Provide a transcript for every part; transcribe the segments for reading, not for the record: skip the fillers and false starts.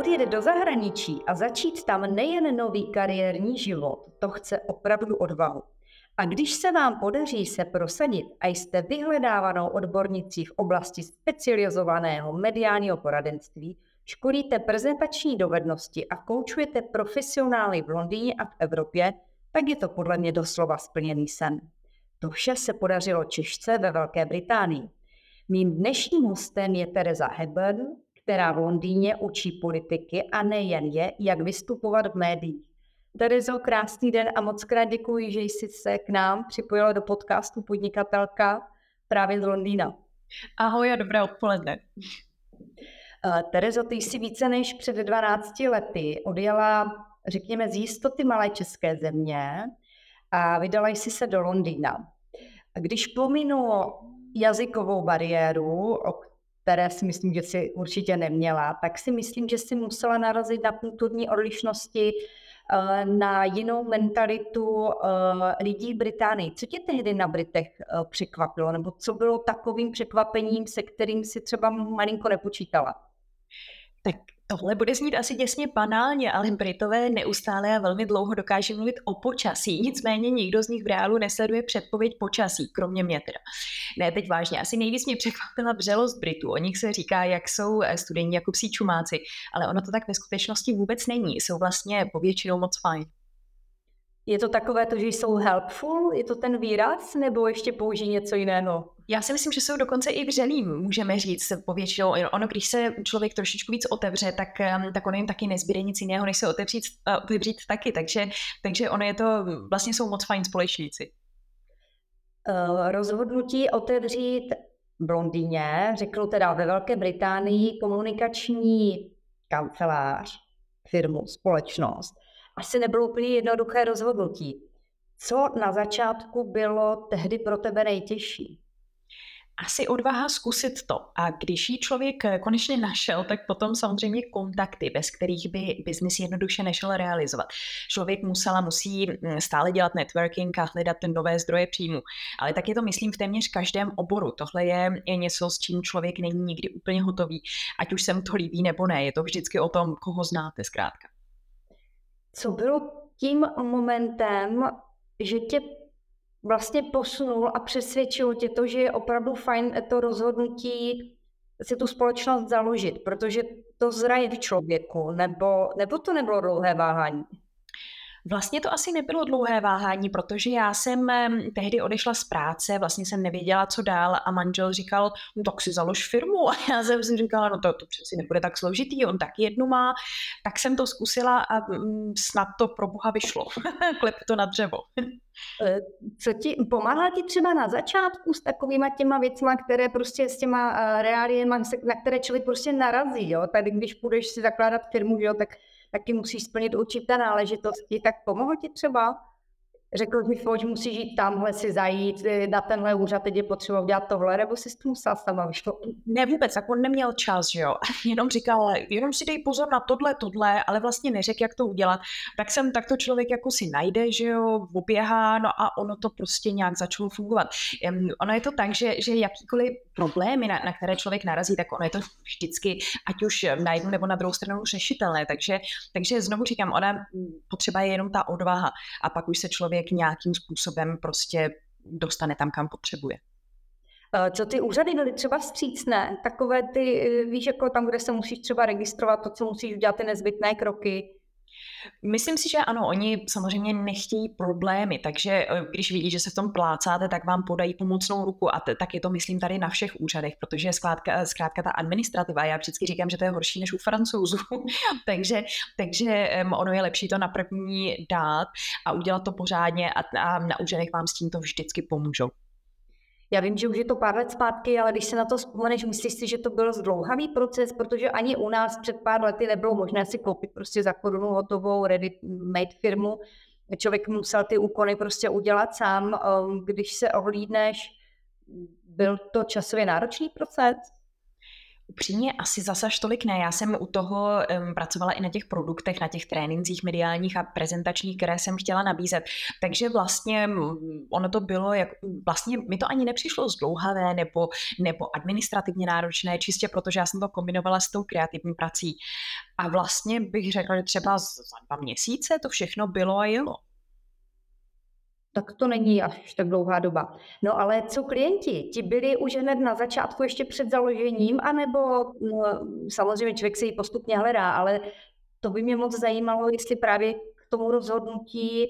Odjet do zahraničí a začít tam nejen nový kariérní život, to chce opravdu odvahu. A když se vám podaří se prosadit a jste vyhledávanou odbornicí v oblasti specializovaného mediálního poradenství, školíte prezentační dovednosti a koučujete profesionály v Londýně a v Evropě, tak je to podle mě doslova splněný sen. To vše se podařilo Češce ve Velké Británii. Mým dnešním hostem je Tereza Hepburn, která v Londýně učí politiky a nejen je, jak vystupovat v médiích. Terezo, krásný den a moc krát děkuji, že jsi se k nám připojila do podcastu Podnikatelka právě z Londýna. Ahoj a dobré odpoledne. Terezo, ty jsi více než před 12 lety odjela, řekněme, z jistoty malé české země a vydala jsi se do Londýna. Když pominu jazykovou bariéru, o které si myslím, že jsi určitě neměla, tak si myslím, že jsi musela narazit na kulturní odlišnosti, na jinou mentalitu lidí v Británii. Co tě tehdy na Britech překvapilo? Nebo co bylo takovým překvapením, se kterým si třeba malinko nepočítala? Tak tohle bude znít asi děsně banálně, ale Britové neustále a velmi dlouho dokáží mluvit o počasí. Nicméně nikdo z nich v reálu nesleduje předpověď počasí, kromě mě teda. Ne, teď vážně. Asi nejvíc mě překvapila vřelost Britů. O nich se říká, jak jsou studenti jako psí čumáci, ale ono to tak ve skutečnosti vůbec není. Jsou vlastně povětšinou moc fajn. Je to takové to, že jsou helpful? Je to ten výraz? Nebo ještě použijí něco jiného? Já si myslím, že jsou dokonce i vřelí, můžeme říct povětšinou. Ono, když se člověk trošičku víc otevře, tak ono jim taky nezbyde nic jiného, než se otevřít taky. Takže ono je to, vlastně jsou moc fajn společníci. Rozhodnutí otevřít v Londýně, řeknu teda ve Velké Británii, komunikační kancelář, firmu, společnost, asi nebylo úplně jednoduché rozhodnutí. Co na začátku bylo tehdy pro tebe nejtěžší? Asi odvaha zkusit to. A když ji člověk konečně našel, tak potom samozřejmě kontakty, bez kterých by biznis jednoduše nešel realizovat. Člověk musí stále dělat networking a hledat nové zdroje příjmu. Ale tak je to, myslím, v téměř každém oboru. Tohle je něco, s čím člověk není nikdy úplně hotový. Ať už se mu to líbí nebo ne. Je to vždycky o tom, koho znáte zkrátka. Co bylo tím momentem, že tě vlastně posunul a přesvědčil tě to, že je opravdu fajn to rozhodnutí si tu společnost založit, protože to zraje v člověku, nebo to nebylo dlouhé váhání? Vlastně to asi nebylo dlouhé váhání, protože já jsem tehdy odešla z práce, vlastně jsem nevěděla, co dál a manžel říkal, no tak si založ firmu a já jsem si říkala, no to přeci nebude tak složitý, on taky jednu má, tak jsem to zkusila a snad to pro Boha vyšlo, klep to na dřevo. Co pomáhá ti třeba na začátku s takovýma těma věcma, které prostě s těma reáliema, na které člověk prostě narazí, jo? Tady když půjdeš si zakládat firmu, jo, tak taky musíš splnit určité náležitosti, tak pomohl ti třeba? Řekl mi, že musíš jít tamhle si zajít, na tenhle úřad, teď je potřeba udělat tohle, nebo jsi s tím musela sama vyšlo? Ne vůbec, tak on neměl čas, že jo. Jenom říkal, jenom si dej pozor na tohle, ale vlastně neřekl, jak to udělat. Tak to člověk jako si najde, že jo, oběhá, no a ono to prostě nějak začalo fungovat. Ono je to tak, že jakýkoliv problémy, na které člověk narazí, tak ono je to vždycky, ať už na jednu nebo na druhou stranu řešitelné. Takže znovu říkám, ona potřeba je jenom ta odvaha a pak už se člověk nějakým způsobem prostě dostane tam, kam potřebuje. Co ty úřady byly třeba vstřícné? Takové ty, víš, jako tam, kde se musíš třeba registrovat, to, co musíš udělat, ty nezbytné kroky? Myslím si, že ano, oni samozřejmě nechtějí problémy, takže když vidí, že se v tom plácáte, tak vám podají pomocnou ruku a tak je to, myslím, tady na všech úřadech, protože zkrátka ta administrativa, já vždycky říkám, že to je horší než u Francouzů, takže ono je lepší to na první dát a udělat to pořádně a na úřadech vám s tím to vždycky pomůžou. Já vím, že už je to pár let zpátky, ale když se na to vzpomeneš, myslíš si, že to byl zdlouhavý proces, protože ani u nás před pár lety nebylo možné si koupit prostě za korunu hotovou ready-made firmu. Člověk musel ty úkony prostě udělat sám. Když se ohlídneš, byl to časově náročný proces? Upřímně asi zas až tolik ne. Já jsem u toho pracovala i na těch produktech, na těch trénincích mediálních a prezentačních, které jsem chtěla nabízet. Takže vlastně ono to bylo, vlastně mi to ani nepřišlo zdlouhavé nebo administrativně náročné, čistě protože já jsem to kombinovala s tou kreativní prací. A vlastně bych řekla, že třeba za 2 měsíce to všechno bylo a jelo. Tak to není až tak dlouhá doba. No ale co klienti? Ti byli už hned na začátku ještě před založením, anebo samozřejmě člověk si ji postupně hledá, ale to by mě moc zajímalo, jestli právě k tomu rozhodnutí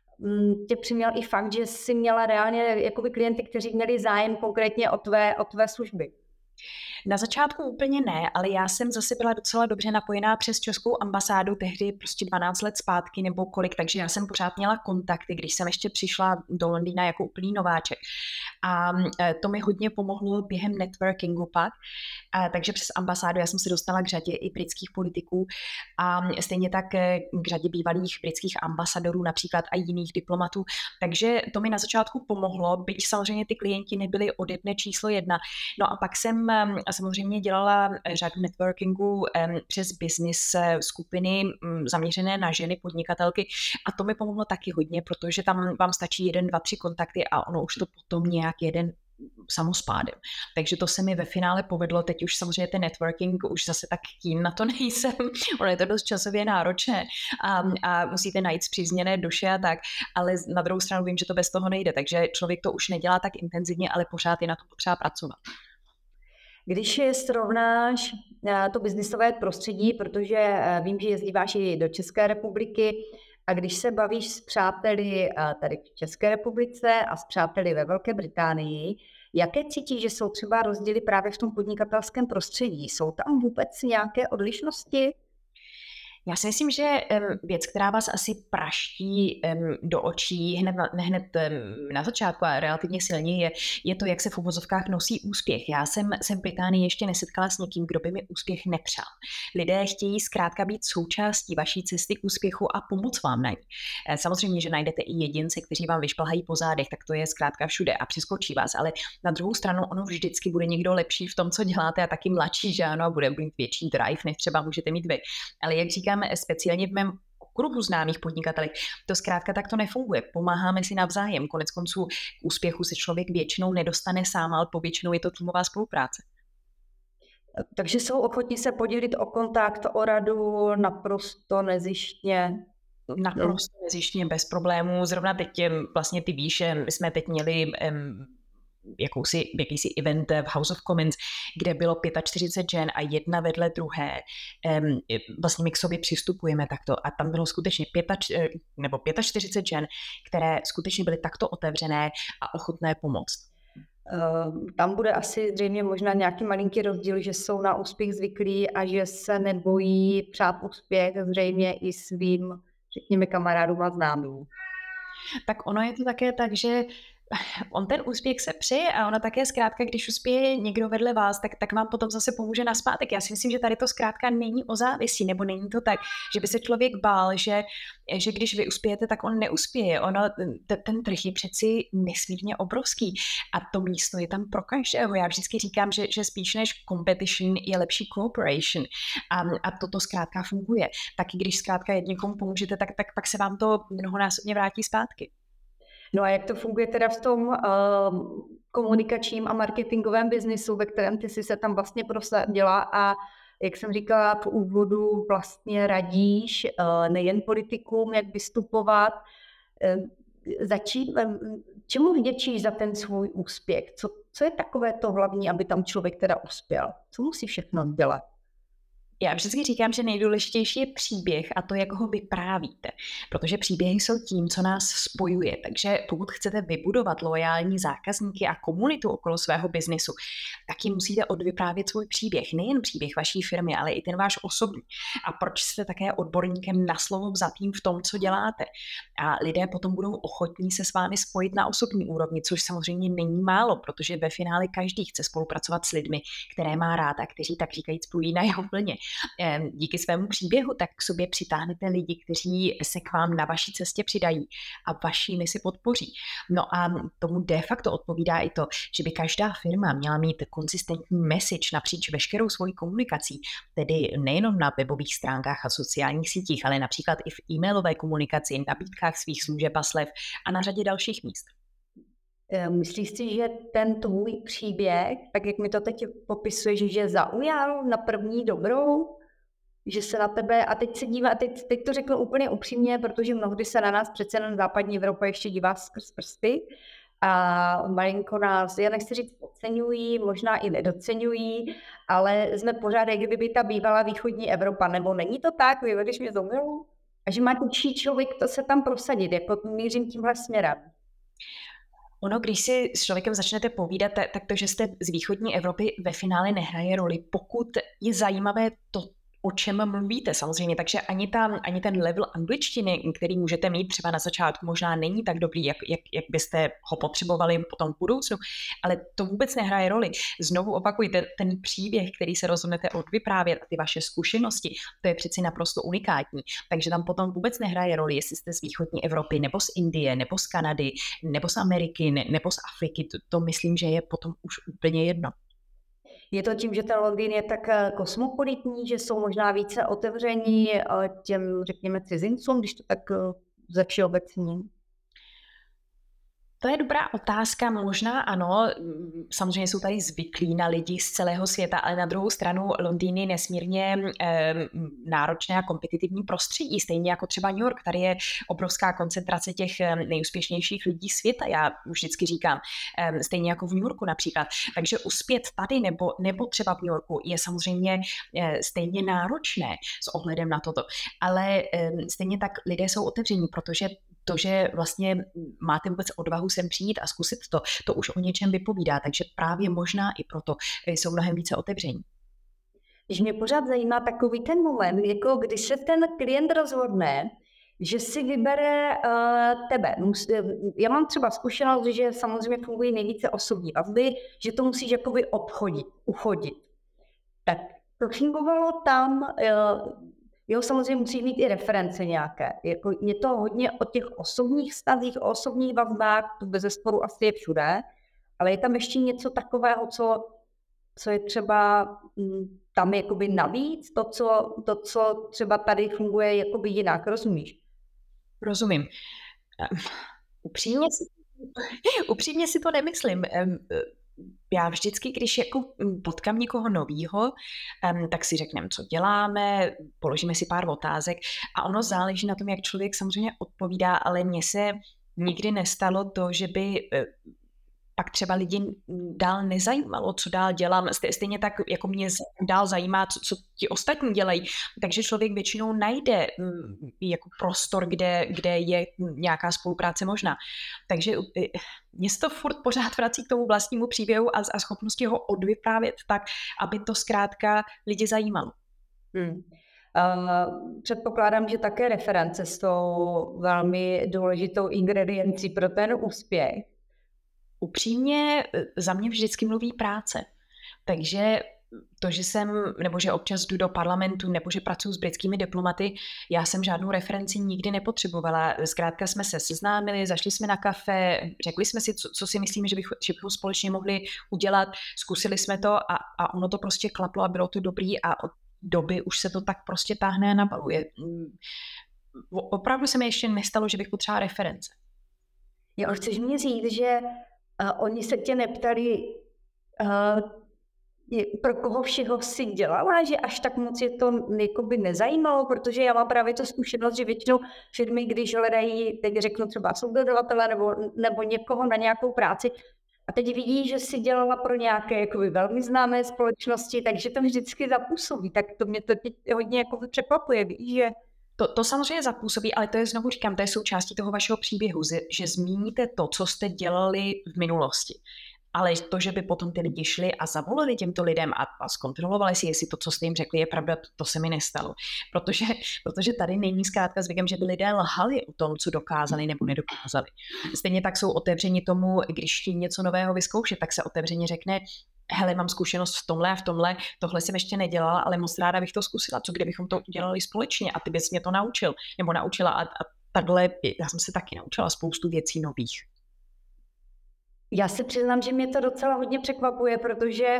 tě přiměl i fakt, že jsi měla reálně jakoby klienty, kteří měli zájem konkrétně o tvé služby. Na začátku úplně ne, ale já jsem zase byla docela dobře napojená přes českou ambasádu, tehdy prostě 12 let zpátky nebo kolik, takže já jsem pořád měla kontakty, když jsem ještě přišla do Londýna jako úplný nováček. A to mi hodně pomohlo během networkingu pak, takže přes ambasádu já jsem se dostala k řadě i britských politiků a stejně tak k řadě bývalých britských ambasadorů například a jiných diplomatů, takže to mi na začátku pomohlo, byť samozřejmě ty klienti nebyli ode dne číslo 1. No a pak jsem samozřejmě dělala řadu networkingu přes business skupiny zaměřené na ženy podnikatelky a to mi pomohlo taky hodně, protože tam vám stačí 1, 2, 3 kontakty a ono už to potom nějak jeden samospádem. Takže to se mi ve finále povedlo, teď už samozřejmě ten networking už zase tak keen na to nejsem, ono je to dost časově náročné a musíte najít spřízněné duše a tak, ale na druhou stranu vím, že to bez toho nejde, takže člověk to už nedělá tak intenzivně, ale pořád je na to potřeba pracovat. Když srovnáš to biznisové prostředí, protože vím, že jezdíváš i do České republiky, a když se bavíš s přáteli tady v České republice a s přáteli ve Velké Británii, jaké cítíš, že jsou třeba rozdíly právě v tom podnikatelském prostředí? Jsou tam vůbec nějaké odlišnosti? Já si myslím, že věc, která vás asi praští do očí hned na začátku a relativně silně, je to, jak se v uvozovkách nosí úspěch. Já jsem se v Británii ještě nesetkala s někým, kdo by mi úspěch nepřál. Lidé chtějí zkrátka být součástí vaší cesty k úspěchu a pomoct vám na ní. Samozřejmě, že najdete i jedince, kteří vám vyšplhají po zádech, tak to je zkrátka všude a přeskočí vás, ale na druhou stranu ono vždycky bude někdo lepší v tom, co děláte a taky mladší, že ano, a bude mít větší drive, než třeba můžete mít vy. Ale jak říkám, speciálně v mém okruhu známých podnikatelů, to zkrátka tak to nefunguje. Pomáháme si navzájem. Konec konců k úspěchu se člověk většinou nedostane sám, ale povětšinou je to týmová spolupráce. Takže jsou ochotní se podělit o kontakt, o radu naprosto nezištně? Naprosto nezištně, bez problémů. Zrovna teď vlastně ty víš, my jsme teď měli jakýsi event v House of Commons, kde bylo 45 žen a jedna vedle druhé. Vlastně my k sobě přistupujeme takto a tam bylo skutečně 45 žen, které skutečně byly takto otevřené a ochotné pomoct. Tam bude asi zřejmě možná nějaký malinký rozdíl, že jsou na úspěch zvyklí a že se nebojí přát úspěch zřejmě i svým, řekněme, kamarádům a známým. Tak ono je to také tak, že on ten úspěch se přeje a ono také zkrátka, když uspěje někdo vedle vás, tak vám potom zase pomůže naspátek. Já si myslím, že tady to zkrátka není o závisí, nebo není to tak, že by se člověk bál, že když vy uspějete, tak on neuspěje. Ten trh je přeci nesmírně obrovský a to místo je tam pro každého. Já vždycky říkám, že spíš než competition je lepší cooperation a toto zkrátka funguje. Taky když zkrátka někomu pomůžete, tak pak se vám to mnohonásobně vrátí zpátky. No a jak to funguje teda v tom komunikačním a marketingovém biznisu, ve kterém ty jsi se tam vlastně prosadila a jak jsem říkala v úvodu, vlastně radíš nejen politikům, jak vystupovat, čemu vděčíš za ten svůj úspěch? Co je takové to hlavní, aby tam člověk teda uspěl? Co musí všechno dělat? Já vždycky říkám, že nejdůležitější je příběh a to, jak ho vyprávíte, protože příběhy jsou tím, co nás spojuje. Takže pokud chcete vybudovat loajální zákazníky a komunitu okolo svého biznesu, tak jim musíte odvyprávět svůj příběh. Nejen příběh vaší firmy, ale i ten váš osobní. A proč jste také odborníkem na slovo vzatým v tom, co děláte. a lidé potom budou ochotní se s vámi spojit na osobní úrovni, což samozřejmě není málo, protože ve finále každý chce spolupracovat s lidmi, které má rád a kteří tak říkajíc plují na jeho vlně. Díky svému příběhu tak k sobě přitáhnete lidi, kteří se k vám na vaší cestě přidají a vaší misi podpoří. No a tomu de facto odpovídá i to, že by každá firma měla mít konzistentní message napříč veškerou svojí komunikací, tedy nejenom na webových stránkách a sociálních sítích, ale například i v e-mailové komunikaci, nabídkách svých služeb a slev a na řadě dalších míst. Myslíš si, že ten tvůj příběh, tak jak mi to teď popisuješ, že zaujal na první dobrou, že se na tebe, a teď se dívá, teď to řeknu úplně upřímně, protože mnohdy se na nás přece jen západní Evropa ještě dívá skrz prsty a malinko nás, já nechci říct podceňují, možná i nedoceňují, ale jsme pořád, jak kdyby ta bývalá východní Evropa, nebo není to tak, vyvedeš mě z omylu? A že má těžší člověk to se tam prosadit, jako mířím tímhle směrem. Ono, když si s člověkem začnete povídat, tak to, že jste z východní Evropy, ve finále nehraje roli, pokud je zajímavé to, o čem mluvíte samozřejmě, takže ani ten level angličtiny, který můžete mít třeba na začátku, možná není tak dobrý, jak byste ho potřebovali potom v budoucnu, ale to vůbec nehraje roli. Znovu opakujte, ten příběh, který se rozhodnete odvyprávět a ty vaše zkušenosti, to je přeci naprosto unikátní, takže tam potom vůbec nehraje roli, jestli jste z východní Evropy, nebo z Indie, nebo z Kanady, nebo z Ameriky, nebo z Afriky, to myslím, že je potom už úplně jedno. Je to tím, že ten Londýn je tak kosmopolitní, že jsou možná více otevření těm, řekněme, cizincům, když to tak ze všeobecní? To je dobrá otázka, možná ano, samozřejmě jsou tady zvyklí na lidi z celého světa, ale na druhou stranu Londýn je nesmírně náročné a kompetitivní prostředí, stejně jako třeba New York, tady je obrovská koncentrace těch nejúspěšnějších lidí světa, já už vždycky říkám, stejně jako v New Yorku například, takže uspět tady nebo třeba v New Yorku je samozřejmě stejně náročné s ohledem na toto, ale stejně tak lidé jsou otevření, protože to, že vlastně máte vůbec odvahu sem přijít a zkusit to už o něčem vypovídá, takže právě možná i proto jsou mnohem více otevření. Když mě pořád zajímá takový ten moment, jako když se ten klient rozhodne, že si vybere tebe. Já mám třeba zkušenost, že samozřejmě fungují nejvíce osobní vazby, že to musíš jakoby uchodit. Tak to fungovalo tam, jo, samozřejmě musí mít i reference nějaké. Jako je to hodně o těch osobních vztazích, o osobních vazbách, to bezesporu asi je všude, ale je tam ještě něco takového, co je třeba tam jakoby navíc, to, co třeba tady funguje jakoby jinak, rozumíš? Rozumím. Upřímně si to nemyslím. Já vždycky, když jako potkám někoho novýho, tak si řekneme, co děláme, položíme si pár otázek a ono záleží na tom, jak člověk samozřejmě odpovídá, ale mně se nikdy nestalo to, že by pak třeba lidi dál nezajímalo, co dál dělám. Stejně tak, jako mě dál zajímá, co ti ostatní dělají. Takže člověk většinou najde jako prostor, kde je nějaká spolupráce možná. Takže mě se to furt pořád vrací k tomu vlastnímu příběhu a schopnosti ho odvyprávět tak, aby to zkrátka lidi zajímalo. Předpokládám, že také reference jsou velmi důležitou ingrediencí pro ten úspěch. Upřímně za mě vždycky mluví práce. Takže to, že občas jdu do parlamentu nebo že pracuji s britskými diplomaty, já jsem žádnou referenci nikdy nepotřebovala. Zkrátka jsme se seznámili, zašli jsme na kafe, řekli jsme si, co si myslíme, že bychom společně mohli udělat, zkusili jsme to a ono to prostě klaplo a bylo to dobrý a od doby už se to tak prostě táhne a nabaluje. Opravdu se mi ještě nestalo, že bych potřebovala reference. Já chceš mi říct, že oni se tě neptali, pro koho všeho si dělala, že až tak moc je to jakoby nezajímalo, protože já mám právě tu zkušenost, že většinou firmy, když hledají, teď řeknu třeba subdodavatele nebo někoho na nějakou práci, a teď vidí, že si dělala pro nějaké jakoby velmi známé společnosti, takže to vždycky zapůsobí. Tak to mě to teď hodně jakoby překvapuje, víš, že... To samozřejmě zapůsobí, ale to je, znovu říkám, to je součástí toho vašeho příběhu, že zmíníte to, co jste dělali v minulosti. Ale to, že by potom ty lidi šli a zavolali těmto lidem a zkontrolovali si, jestli to, co jste jim řekli, je pravda, to se mi nestalo. Protože tady není zkrátka zvykem, že by lidé lhali o tom, co dokázali nebo nedokázali. Stejně tak jsou otevřeni tomu, když chtějí něco nového vyzkoušet, tak se otevřeně řekne, hele, mám zkušenost v tomhle a v tomhle, tohle jsem ještě nedělala, ale moc ráda bych to zkusila. Co kdybychom to udělali společně a ty bys mě to naučil nebo naučila a takhle, já jsem se taky naučila spoustu věcí nových. Já se přiznám, že mě to docela hodně překvapuje, protože,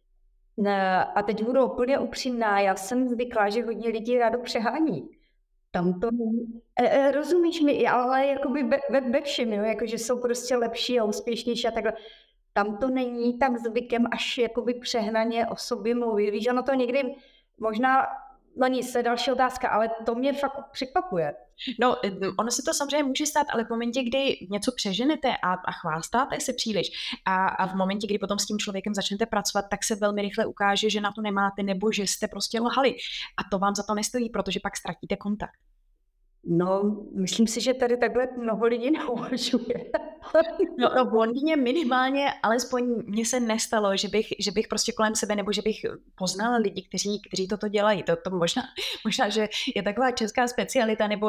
a teď budu úplně upřímná, já jsem zvyklá, že hodně lidí rádo přehání. Tam to rozumíš mi, ale jakoby ve všem, jo? Jako, že jsou prostě lepší a úspěšnější a takhle. Tam to není tak zvykem, až jakoby přehnaně o sobě mluví. Víš, ono to někdy možná, no nic, to je další otázka, ale to mě fakt překvapuje. No, ono se to samozřejmě může stát, ale v momentě, kdy něco přeženete a chvástáte se příliš a v momentě, kdy potom s tím člověkem začnete pracovat, tak se velmi rychle ukáže, že na to nemáte nebo že jste prostě lhali. A to vám za to nestojí, protože pak ztratíte kontakt. No, myslím si, že tady takhle mnoho lidí neuvažuje. No, v Londýně minimálně, alespoň mně se nestalo, že bych prostě kolem sebe, nebo že bych poznala lidi, kteří toto dělají. To možná, že je taková česká specialita, nebo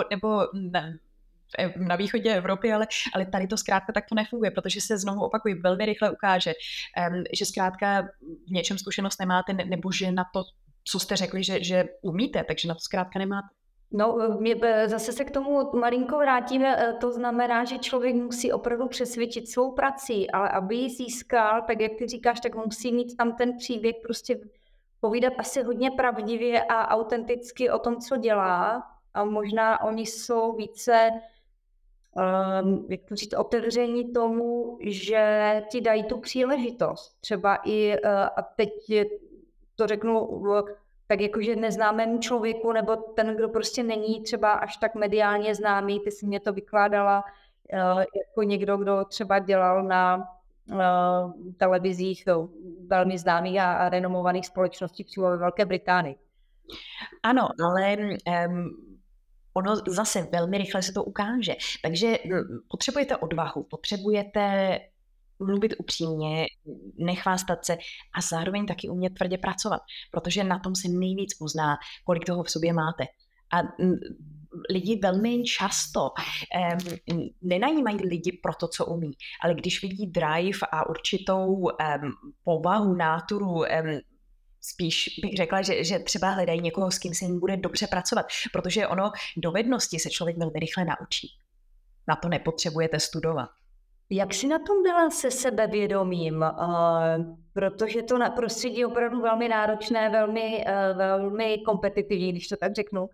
na východě Evropy, ale tady to zkrátka takto nefunguje, protože se znovu opakuji, velmi rychle ukáže, že zkrátka v něčem zkušenost nemáte, nebo že na to, co jste řekli, že umíte, takže na to zkrátka nemáte. No, zase se k tomu malinko vrátíme, to znamená, že člověk musí opravdu přesvědčit svou prací, ale aby ji získal, tak jak ty říkáš, tak musí mít tam ten příběh, prostě povídat asi hodně pravdivě a autenticky o tom, co dělá, a možná oni jsou více, jak to říct, otevření tomu, že ti dají tu příležitost. Třeba i, a teď to řeknu tak jakože neznámému člověku, nebo ten, kdo prostě není třeba až tak mediálně známý, ty jsi mě to vykládala jako někdo, kdo třeba dělal na televizích velmi známých a renomovaných společností přímo ve Velké Británii. Ano, ale ono zase velmi rychle se to ukáže. Takže potřebujete odvahu, potřebujete mluvit upřímně, nechvástat se a zároveň taky umět tvrdě pracovat, protože na tom se nejvíc pozná, kolik toho v sobě máte. A lidi velmi často nenajímají lidi pro to, co umí, ale když vidí drive a určitou povahu, náturu, spíš bych řekla, že třeba hledají někoho, s kým se jim bude dobře pracovat, protože ono dovednosti se člověk velmi rychle naučí. Na to nepotřebujete studovat. Jak jsi na tom byla se sebevědomím? Protože to na prostředí je opravdu velmi náročné, velmi kompetitivní, když to tak řeknu.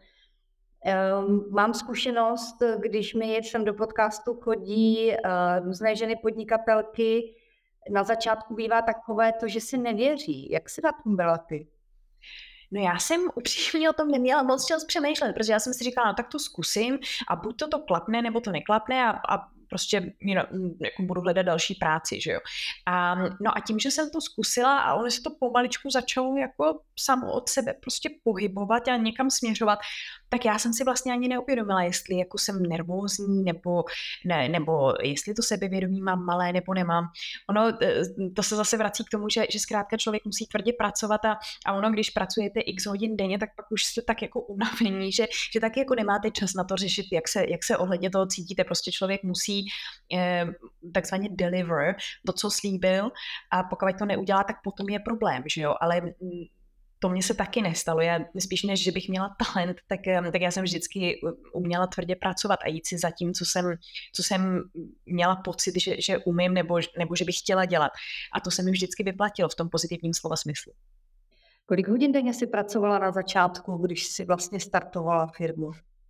Mám zkušenost, když mi sem do podcastu chodí různé ženy podnikatelky, na začátku bývá takové to, že si nevěří. Jak jsi na tom byla ty? No já jsem upřímně o tom neměla moc čas přemýšlet, protože já jsem si říkala, no tak to zkusím a buď to klapne, nebo to neklapne a prostě jako budu hledat další práci, že jo. No a tím, že jsem to zkusila a ono se to pomaličku začalo jako samo od sebe prostě pohybovat a někam směřovat, tak já jsem si vlastně ani neuvědomila, jestli jako jsem nervózní, nebo jestli to sebevědomí mám malé, nebo nemám. Ono, to se zase vrací k tomu, že zkrátka člověk musí tvrdě pracovat a ono, když pracujete x hodin denně, tak pak už jste tak jako unavení, že taky jako nemáte čas na to řešit, jak se ohledně toho cítíte. Prostě člověk musí takzvaně deliver to, co slíbil, a pokud to neudělá, tak potom je problém, že jo, ale to mně se taky nestalo. Já spíš než, že bych měla talent, tak já jsem vždycky uměla tvrdě pracovat a jít si za tím, co jsem měla pocit, že umím nebo že bych chtěla dělat. A to se mi vždycky vyplatilo v tom pozitivním slova smyslu. Kolik hodin denně jsi pracovala na začátku, když jsi vlastně startovala firmu?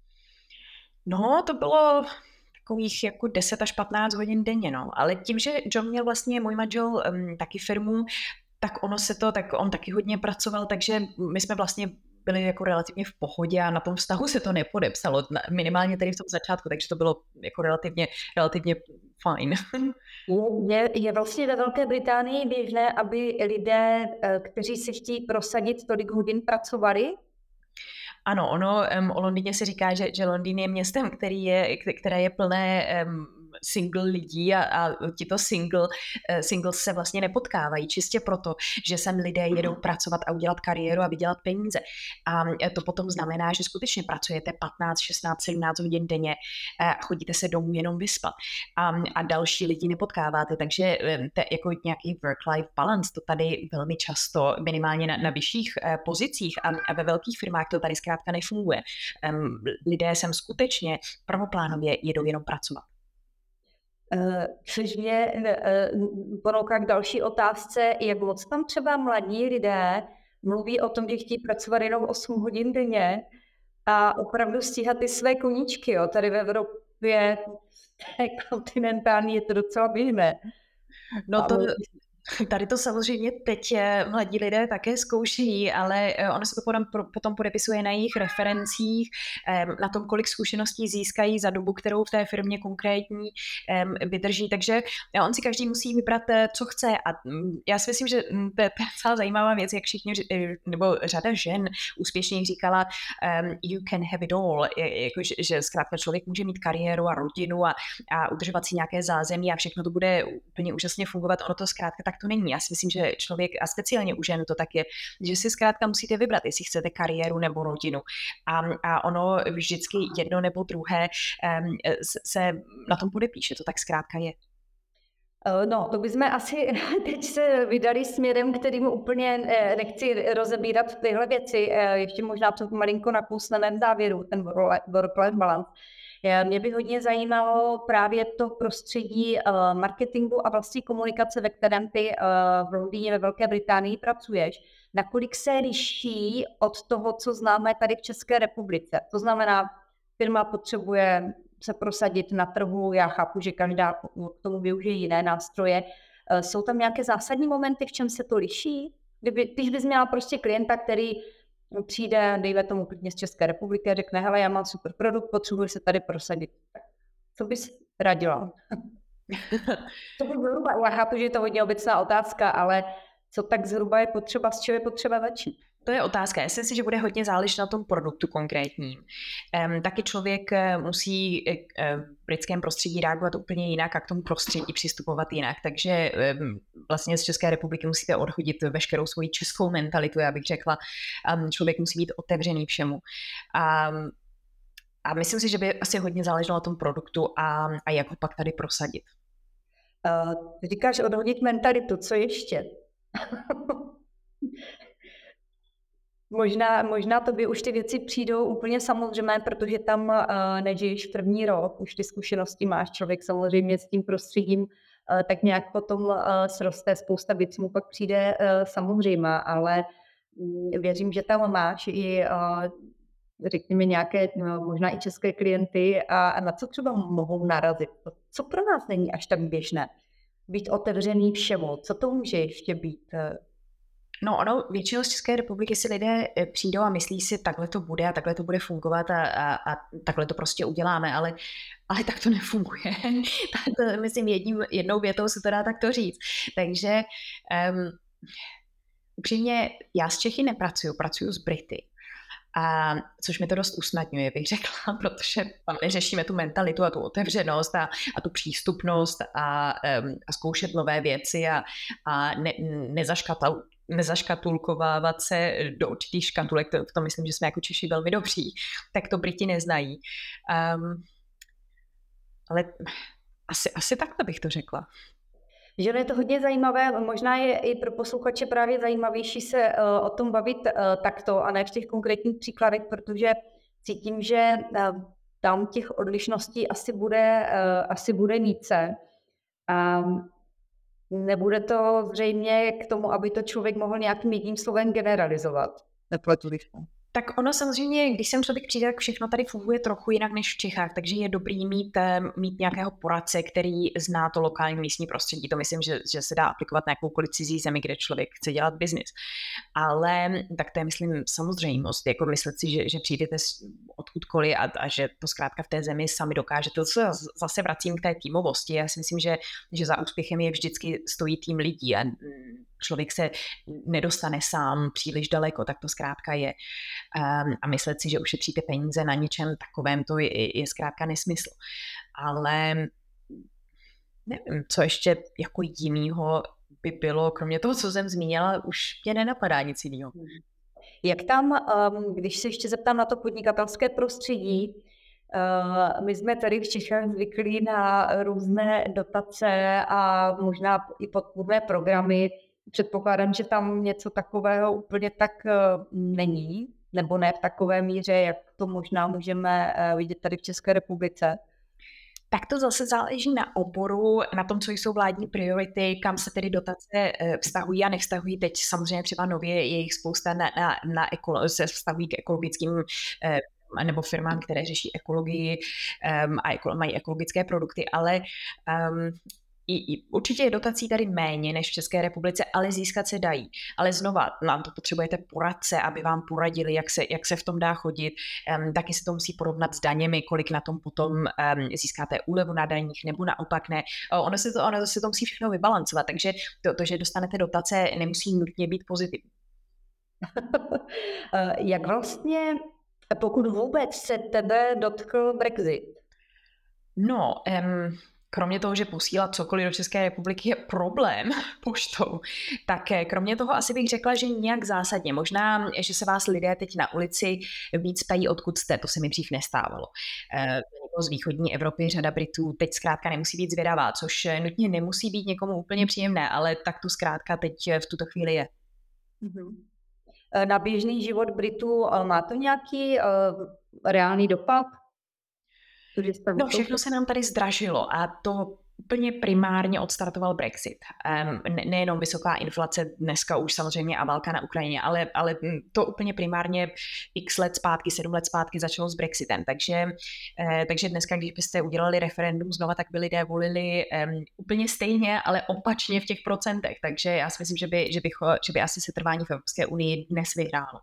No, to bylo takových jako 10 až 15 hodin denně, no. Ale tím, že John měl vlastně, můj manžel, taky firmu, tak on taky hodně pracoval, takže my jsme vlastně byli jako relativně v pohodě a na tom vztahu se to nepodepsalo, minimálně tady v tom začátku, takže to bylo jako relativně fajn. Je vlastně ve Velké Británii běžné, aby lidé, kteří se chtějí prosadit, tolik hodin pracovali? Ano, o Londýně se říká, že Londýn je městem, které je plné single lidí a tito singles se vlastně nepotkávají čistě proto, že sem lidé jedou pracovat a udělat kariéru a vydělat peníze. A to potom znamená, že skutečně pracujete 15, 16, 17 hodin denně, chodíte se domů jenom vyspat a další lidi nepotkáváte, takže jako nějaký work-life balance to tady velmi často, minimálně na vyšších pozicích a ve velkých firmách to tady zkrátka nefunguje. Lidé sem skutečně prvoplánově jedou jenom pracovat. Což mě ponouká k další otázce, jak moc tam třeba mladí lidé mluví o tom, že chtějí pracovat jenom 8 hodin denně a opravdu stíhat ty své koníčky. Jo. Tady v Evropě kontinentální je to docela běžné. No to, tady to samozřejmě teď mladí lidé také zkoušejí, ale ono se to potom podepisuje na jejich referencích, na tom, kolik zkušeností získají za dobu, kterou v té firmě konkrétní vydrží. Takže on si každý musí vybrat, co chce. A já si myslím, že to je celá zajímavá věc, jak všichni, nebo řada žen úspěšně říkala, you can have it all, jako, že zkrátka člověk může mít kariéru a rodinu a udržovat si nějaké zázemí a všechno to bude úplně úžasně fungovat. Ono to zkrátka tak to není. Já si myslím, že člověk, a speciálně u žen to tak je, že si zkrátka musíte vybrat, jestli chcete kariéru nebo rodinu. A ono vždycky jedno nebo druhé se na tom podepíše, to tak zkrátka je. No, to bychom asi teď se vydali směrem, kterým úplně nechci rozebírat tyhle věci. Ještě možná to malinko nakousneme v závěru, ten work-life balance. Mě by hodně zajímalo právě to prostředí marketingu a vlastní komunikace, ve kterém ty v Londýně ve Velké Británii pracuješ. Nakolik se liší od toho, co známe tady v České republice? To znamená, firma potřebuje se prosadit na trhu, já chápu, že každá k tomu využije jiné nástroje. Jsou tam nějaké zásadní momenty, v čem se to liší? Když bys měla prostě klienta, který přijde, dejme tomu klidně z České republiky a řekne, hele, já mám super produkt, potřebuji se tady prosadit. Co bys radila? To by zhruba, já chápu, že je to hodně obecná otázka, ale co tak zhruba je potřeba, z čeho je potřeba začít? To je otázka. Já si myslím, že bude hodně záležet na tom produktu konkrétním. Taky člověk musí v britském prostředí reagovat úplně jinak a k tomu prostředí přistupovat jinak. Takže vlastně z České republiky musíte odhodit veškerou svoji českou mentalitu, já bych řekla. Člověk musí být otevřený všemu. A myslím si, že by asi hodně záleželo na tom produktu a jak ho pak tady prosadit. Říkáš odhodit mentalitu, co ještě? Možná tobě už ty věci přijdou úplně samozřejmé, protože tam nežiješ první rok, už ty zkušenosti máš, člověk samozřejmě s tím prostředím tak nějak potom sroste, spousta věcí mu pak přijde samozřejmá, ale věřím, že tam máš i řekněme nějaké možná i české klienty a na co třeba mohou narazit. Co pro nás není až tak běžné? Být otevřený všemu. Co to může ještě být? No ono, většinou z České republiky si lidé přijdou a myslí si, takhle to bude a takhle to bude fungovat a takhle to prostě uděláme, ale tak to nefunguje. Myslím, jednou větou se to dá takto říct. Takže upřímně, já s Čechy pracuju s Brity. Což mi to dost usnadňuje, bych řekla, protože tam neřešíme tu mentalitu a tu otevřenost a tu přístupnost a zkoušet nové věci a nezaškatulkovávat se do určitých škatulek, v tom myslím, že jsme jako Češi velmi dobří, tak to Briti neznají. Ale asi takhle bych to řekla. Že je to hodně zajímavé, možná je i pro posluchače právě zajímavější se o tom bavit takto a ne v těch konkrétních příkladech, protože cítím, že tam těch odlišností asi bude více. Nebude to zřejmě k tomu, aby to člověk mohl nějakým jedním slovem generalizovat. Tak ono samozřejmě, když sem člověk přijde, tak všechno tady funguje trochu jinak než v Čechách, takže je dobrý mít nějakého poradce, který zná to lokální místní prostředí. To myslím, že se dá aplikovat na jakoukoliv cizí zemi, kde člověk chce dělat biznis. Ale tak to je, myslím, samozřejmost. Jako myslet si, že přijdete odkudkoliv a že to zkrátka v té zemi sami dokážete. To se zase vracím k té týmovosti. Já si myslím, že za úspěchem je vždycky stojí tým lidí a člověk se nedostane sám příliš daleko, tak to zkrátka je. A myslet si, že ušetříte peníze na něčem takovém, to je zkrátka nesmysl. Ale Nevím, co ještě jako jinýho by bylo, kromě toho, co jsem zmínila, už mě nenapadá nic jiného. Jak tam, když se ještě zeptám na to podnikatelské prostředí, my jsme tady v Čechách zvyklí na různé dotace a možná i podpůrné programy. Předpokládám, že tam něco takového úplně tak není, nebo ne v takové míře, jak to možná můžeme vidět tady v České republice. Tak to zase záleží na oboru, na tom, co jsou vládní priority, kam se tedy dotace vztahují a nevztahují. Teď samozřejmě třeba nově je jich spousta se vztahují k ekologickým nebo firmám, které řeší ekologii a mají ekologické produkty, ale určitě je dotací tady méně než v České republice, ale získat se dají. Ale znova, nám to potřebujete poradce, aby vám poradili, jak se v tom dá chodit. Taky se to musí porovnat s daněmi, kolik na tom potom získáte úlevu na daních, nebo naopak ne. Ono se to musí všechno vybalancovat, takže to, že dostanete dotace, nemusí nutně být pozitivní. Jak vlastně, pokud vůbec se tebe dotkl Brexit? No, kromě toho, že posílat cokoliv do České republiky je problém poštou, tak kromě toho asi bych řekla, že nějak zásadně. Možná, že se vás lidé teď na ulici víc ptají, odkud jste, to se mi dřív nestávalo. Z východní Evropy řada Britů teď zkrátka nemusí být zvědavá, což nutně nemusí být někomu úplně příjemné, ale tak to zkrátka teď v tuto chvíli je. Na běžný život Britů má to nějaký reálný dopad? No, všechno se nám tady zdražilo a to úplně primárně odstartoval Brexit. Nejenom vysoká inflace dneska už samozřejmě a válka na Ukrajině, ale to úplně primárně x let zpátky, 7 let zpátky začalo s Brexitem. Takže dneska, když byste udělali referendum znova, tak by lidé volili úplně stejně, ale opačně v těch procentech. Takže já si myslím, že by asi setrvání v Evropské unii dnes vyhrálo.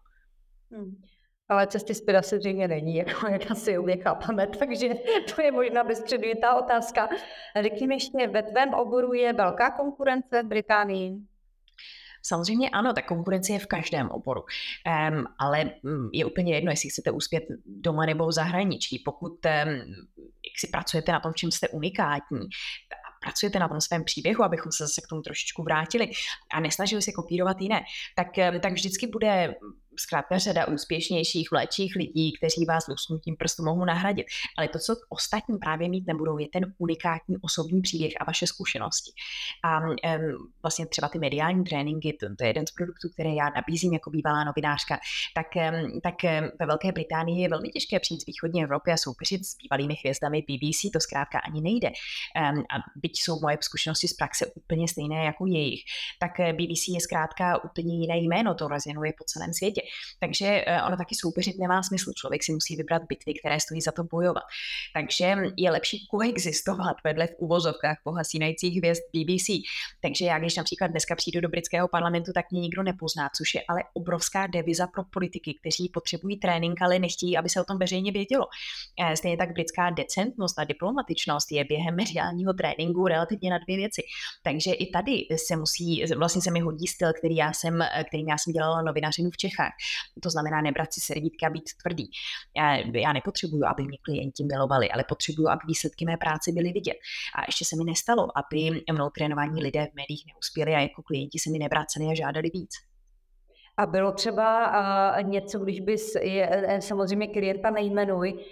Ale cesty zpět asi zřejmě není, jak asi obě chápeme, takže to je možná bezpředmětná otázka. Řekni mi ještě, ve tvém oboru je velká konkurence v Británii? Samozřejmě ano, ta konkurence je v každém oboru, ale je úplně jedno, jestli chcete uspět doma nebo v zahraničí. Pokud jak si pracujete na tom, v čem jste unikátní, pracujete na tom svém příběhu, abychom se zase k tomu trošičku vrátili a nesnažili se kopírovat jiné, tak vždycky bude zkrátka řada úspěšnějších, mladších lidí, kteří vás lusknutím prstu mohou nahradit. Ale to, co ostatní právě mít nebudou, je ten unikátní osobní příběh a vaše zkušenosti. A vlastně třeba ty mediální tréninky, to je jeden z produktů, které já nabízím jako bývalá novinářka, tak ve Velké Británii je velmi těžké přijít z východní Evropy a soupeřit s bývalými hvězdami BBC, to zkrátka ani nejde. A byť jsou moje zkušenosti z praxe úplně stejné jako jejich, tak BBC je zkrátka úplně jiné jméno, to rezonuje po celém světě. Takže ono taky soupeřit nemá smysl. Člověk si musí vybrat bitvy, které stojí za to bojovat. Takže je lepší koexistovat vedle v uvozovkách pohasínajících hvězd BBC. Takže já, když například dneska přijdu do britského parlamentu, tak mě nikdo nepozná, což je ale obrovská deviza pro politiky, kteří potřebují trénink, ale nechtějí, aby se o tom veřejně vědělo. Stejně tak britská decentnost a diplomatičnost je během mediálního tréninku relativně na 2 věci. Takže i tady se mi hodí styl, kterým já jsem dělala novinařinu v Čechách. To znamená nebrat si servítky a být tvrdý. Já nepotřebuju, aby mě klienti milovali, ale potřebuju, aby výsledky mé práce byly vidět. A ještě se mi nestalo, aby mnou trénovaní lidé v médiích neuspěli a jako klienti se mi nevraceli a žádali víc. A bylo třeba něco, když bys, samozřejmě klienta nejmenuj,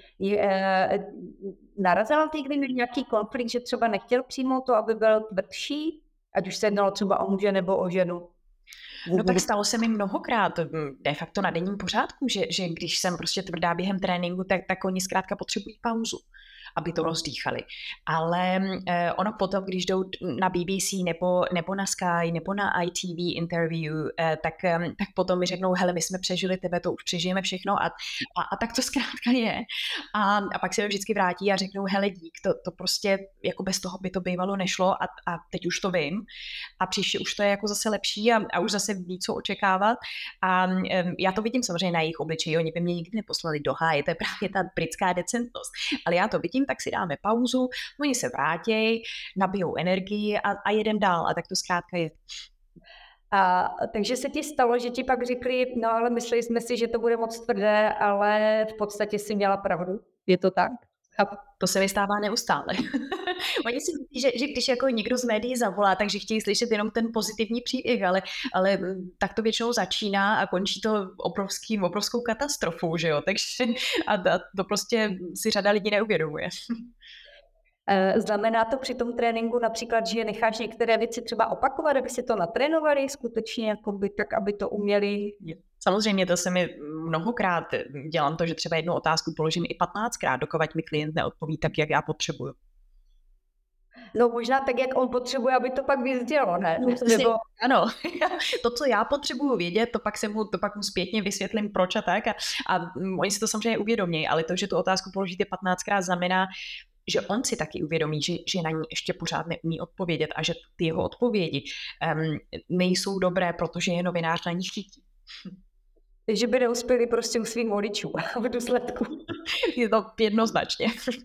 narazila ty někdy nějaký konflikt, že třeba nechtěl přijmout to, aby byl tvrdší, ať už se jednalo třeba o muže nebo o ženu? No tak stalo se mi mnohokrát, de facto na denním pořádku, že když jsem prostě tvrdá během tréninku, tak oni zkrátka potřebují pauzu, aby to rozdýchali. Ale ono potom, když jdou na BBC nebo na Sky nebo na ITV interview, tak potom mi řeknou, hele, my jsme přežili tebe, to už přežijeme všechno a tak to zkrátka je. A pak se mi vždycky vrátí a řeknou, hele, dík, to prostě jako bez toho by to bývalo nešlo a teď už to vím a příště už to je jako zase lepší a už zase ví, co očekávat. A já to vidím samozřejmě na jejich obličeji, oni by mě nikdy neposlali do háje, to je právě ta britská decentnost. Ale já to vidím, tak si dáme pauzu, oni se vrátí, nabijou energii a jedem dál a tak to zkrátka je. Takže se ti stalo, že ti pak řekli, no ale mysleli jsme si, že to bude moc tvrdé, ale v podstatě si měla pravdu. Je to tak? To se mi stává neustále. Oni si myslí, že když jako někdo z médií zavolá, takže chtějí slyšet jenom ten pozitivní příběh, ale tak to většinou začíná a končí to obrovskou katastrofou, že jo? Takže a to prostě si řada lidí neuvědomuje. Znamená to při tom tréninku například, že necháš některé věci třeba opakovat, aby si to natrénovali skutečně, jakoby, tak aby to uměli? Samozřejmě to se mi mnohokrát dělám to, že třeba jednu otázku položím i 15krát, dokud mi klient neodpoví tak, jak já potřebuju. No možná tak, jak on potřebuje, aby to pak vyzdělo, ne? Nebo... Ano, to, co já potřebuju vědět, to pak mu zpětně vysvětlím, proč a tak. A oni si to samozřejmě uvědomí, ale to, že tu otázku položíte 15krát, znamená, že on si taky uvědomí, že na ní ještě pořád neumí odpovědět a že ty jeho odpovědi nejsou dobré, protože je novinář na nich chytí. Že by neuspěli prostě u svých voličů v důsledku. Je to jednoznačně.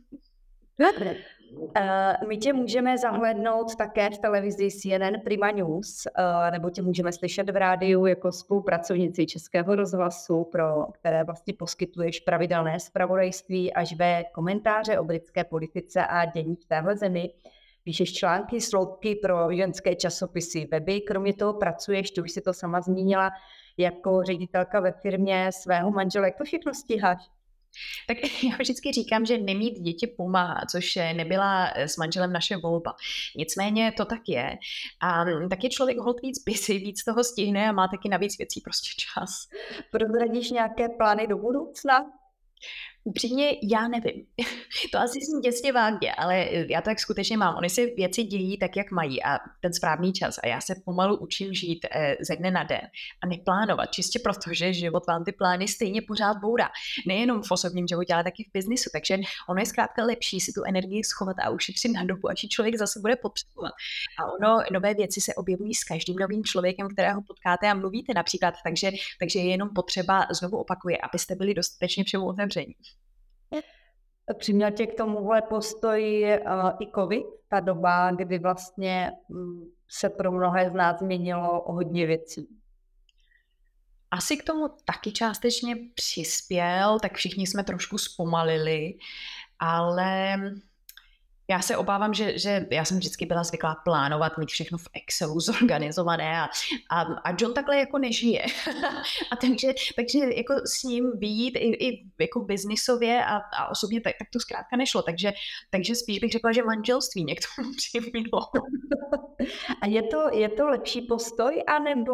My tě můžeme zahlédnout také v televizi CNN Prima News, nebo tě můžeme slyšet v rádiu jako spolupracovnici Českého rozhlasu, pro které vlastně poskytuješ pravidelné zpravodajství až ve komentáře o britské politice a dění v téhle zemi. Píšeš články, sloupky pro ženské časopisy, weby, kromě toho pracuješ, ty už si to sama zmínila, jako ředitelka ve firmě svého manžela. Jak to všechno stíháš? Tak já vždycky říkám, že nemít děti pomáhá, což nebyla s manželem naše volba. Nicméně to tak je. A tak je člověk holt víc busy, víc toho stihne a má taky navíc věcí prostě čas. Prozradíš nějaké plány do budoucna? Upřímně, já nevím. To asi zní děsně vágně, ale já to tak skutečně mám. Ony se věci dějí tak, jak mají a ten správný čas. A já se pomalu učím žít ze dne na den a neplánovat. Čistě proto, že život vám ty plány stejně pořád bourá. Nejenom v osobním životě, ale taky v biznisu. Takže ono je zkrátka lepší si tu energii schovat a ušetřit na dobu, až ji člověk zase bude potřebovat. A nové věci se objevují s každým novým člověkem, kterého potkáte a mluvíte například. Takže je jenom potřeba, znovu opakuje, abyste byli dostatečně všemu otevření. Přiměl tě k tomuhle postoji i covid, ta doba, kdy vlastně se pro mnohé z nás změnilo o hodně věcí? Asi k tomu taky částečně přispěl, tak všichni jsme trošku zpomalili, ale já se obávám, že já jsem vždycky byla zvyklá plánovat, mít všechno v Excelu zorganizované a John takhle jako nežije. A takže jako s ním vyjít i jako biznisově a osobně tak to zkrátka nešlo. Takže spíš bych řekla, že manželství mě k tomu přimělo. A je to lepší postoj,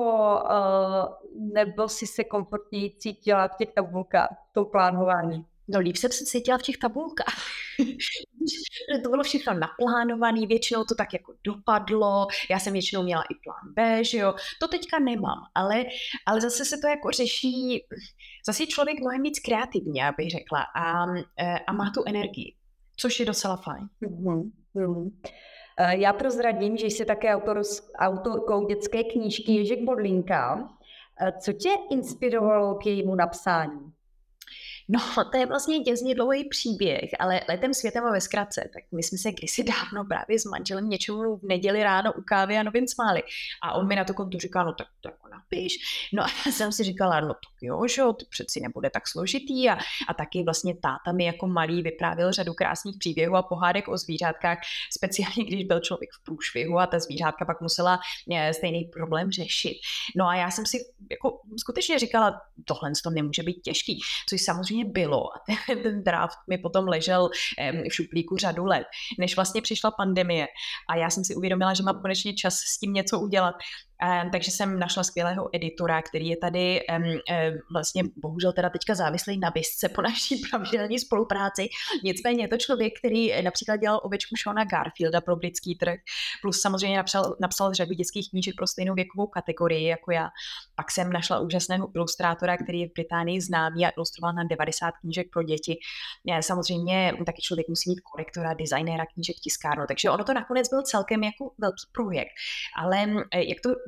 nebo si se komfortněji cítila v těch tabulkách, v tom plánování? No líp jsem se cítila v těch tabulkách. To bylo všechno naplánované, většinou to tak jako dopadlo, já jsem většinou měla i plán B, že jo, to teďka nemám, ale zase se to jako řeší, zase je člověk mnohem víc kreativní, abych řekla, a má tu energii, což je docela fajn. Já prozradím, že jsi také autorkou dětské knížky Ježek Bodlínka. Co tě inspirovalo k jejímu napsání? No, to je vlastně děsně dlouhý příběh, ale letem světem a ve zkratce, tak my jsme se kdysi dávno právě s manželem něčemu v neděli ráno u kávy a novin smáli. A on mi na to konto říká, no tak to jako napiš. No a já jsem si říkala, no tak jo, že to přeci nebude tak složitý a taky vlastně táta mi jako malý vyprávěl řadu krásných příběhů a pohádek o zvířátkách, speciálně když byl člověk v průšvihu a ta zvířátka pak musela stejný problém řešit. No a já jsem si jako skutečně říkala, tohle to nemůže být těžký, což samozřejmě bylo a ten draft mi potom ležel v šuplíku řadu let, než vlastně přišla pandemie a já jsem si uvědomila, že mám konečně čas s tím něco udělat. Takže jsem našla skvělého editora, který je tady vlastně bohužel teda teďka závislý na Bisce po naší pravidelné spolupráci. Nicméně je to člověk, který například dělal ovečku Shona Garfielda pro britský trh, plus samozřejmě napsal řadu dětských knížek pro stejnou věkovou kategorii jako já. Pak jsem našla úžasného ilustrátora, který je v Británii známý a ilustroval na 90 knížek pro děti. Samozřejmě taky člověk musí mít korektora, designéra knížek, tiskárnu, takže ono to nakonec byl celkem jako velký projekt. Ale jak to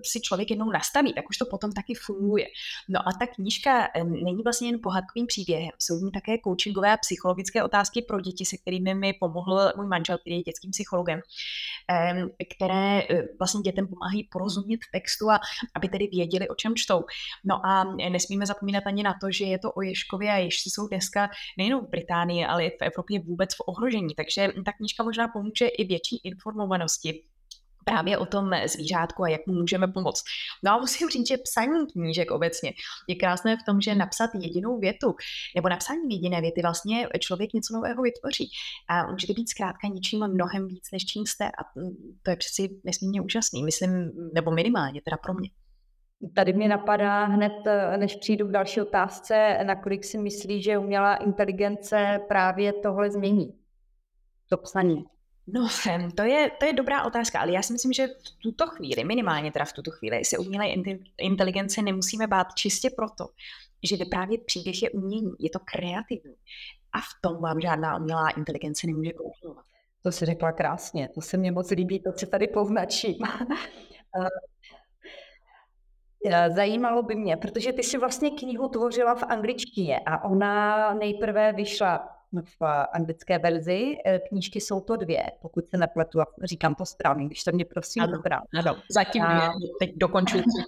si člověk jednou nastaví, tak už to potom taky funguje. No a ta knížka není vlastně jen pohádkovým příběhem, jsou v ní také coachingové a psychologické otázky pro děti, se kterými mi pomohl můj manžel, který je dětským psychologem, které vlastně dětem pomáhají porozumět textu a aby tedy věděli, o čem čtou. No a nesmíme zapomínat ani na to, že je to o ježkově a ježci jsou dneska nejen v Británii, ale i v Evropě vůbec v ohrožení. Takže ta knížka možná pomůže i větší informovanosti právě o tom zvířátku a jak mu můžeme pomoct. No a musím říct, že psaní knížek obecně je krásné v tom, že napsat jedinou větu nebo napsáním jediné věty vlastně člověk něco nového vytvoří. A můžete být zkrátka ničím mnohem víc, než čím jste. A to je přeci nesmírně úžasný, myslím, nebo minimálně teda pro mě. Tady mě napadá hned, než přijdu k další otázce, nakolik si myslí, že umělá inteligence právě tohle změní, to psaní. No, to je dobrá otázka, ale já si myslím, že v tuto chvíli, minimálně teda v tuto chvíli, se umělé inteligence nemusíme bát čistě proto, že vyprávět příběh je umění, je to kreativní. A v tom vám žádná umělá inteligence nemůže konkurovat. To si řekla krásně, to se mně moc líbí, to si tady poznačím. Zajímalo by mě, protože ty si vlastně knihu tvořila v angličtině a ona nejprve vyšla v anglické verzi. Knížky jsou to 2, pokud se nepletu, a říkám to správně, když to mě prosím oprav. Ano, zatím 2, teď dokončuji 3.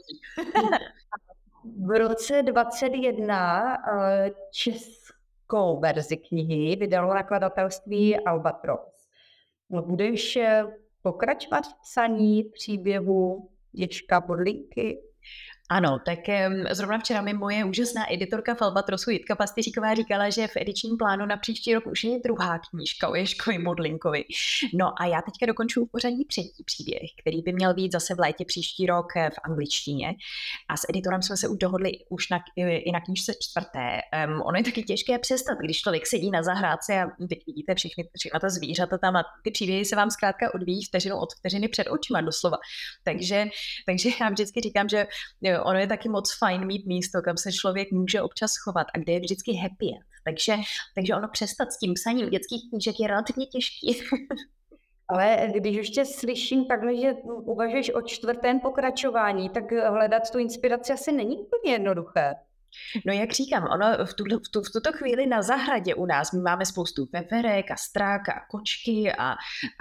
V roce 2021 českou verzi knihy vydalo nakladatelství Albatros. Budeš pokračovat v psaní příběhu Ježka Bodlínky? Ano, tak zrovna včera mi moje úžasná editorka v Albatrosu Jitka Pastyříková říkala, že v edičním plánu na příští rok už je druhá knížka o Ježkovi Modlinkovi. No a já teďka dokončuji pořadí 3. příběh, který by měl být zase v létě příští rok v angličtině. A s editorem jsme se už dohodli už i na knížce 4. Ono je taky těžké přestat, když člověk sedí na zahrádce a teď vidíte všechna ta zvířata tam a ty příběhy se vám zkrátka odvíjí vteřinu od vteřiny před očima doslova. Takže já vždycky říkám, že ono je taky moc fajn mít místo, kam se člověk může občas schovat a kde je vždycky happy end. Takže ono přestat s tím psaním dětských knížek je relativně těžký. Ale když ještě slyším takhle, že uvažuješ o 4. pokračování, tak hledat tu inspiraci asi není úplně jednoduché. No jak říkám, ono v tuto chvíli na zahradě u nás my máme spoustu veverek a strák a kočky a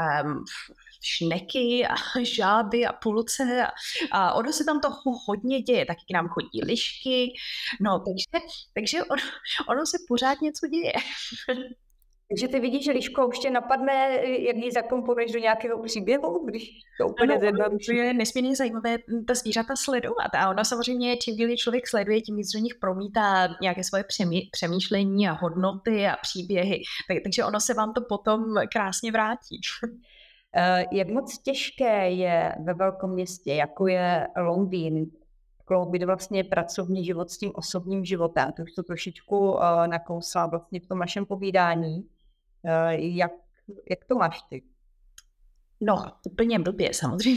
šneky a žáby a pulce a ono se tam toho hodně děje, taky k nám chodí lišky, no takže ono se pořád něco děje. Takže ty vidíš, že liško už tě napadne, jak ji zakomponuješ do nějakého příběhu, když to úplně zjednoduší. To je nesmírně zajímavé ta zvířata sledovat a ono samozřejmě, čím víc člověk sleduje, tím víc do nich promítá nějaké svoje přemýšlení a hodnoty a příběhy, takže ono se vám to potom krásně vrátí. Jak moc těžké je ve velkém městě, jako je Londýn, kloubit vlastně pracovní život s tím osobním životem? To už to trošičku nakousla vlastně v tom našem povídání. Jak to máš ty? No, úplně blbě samozřejmě.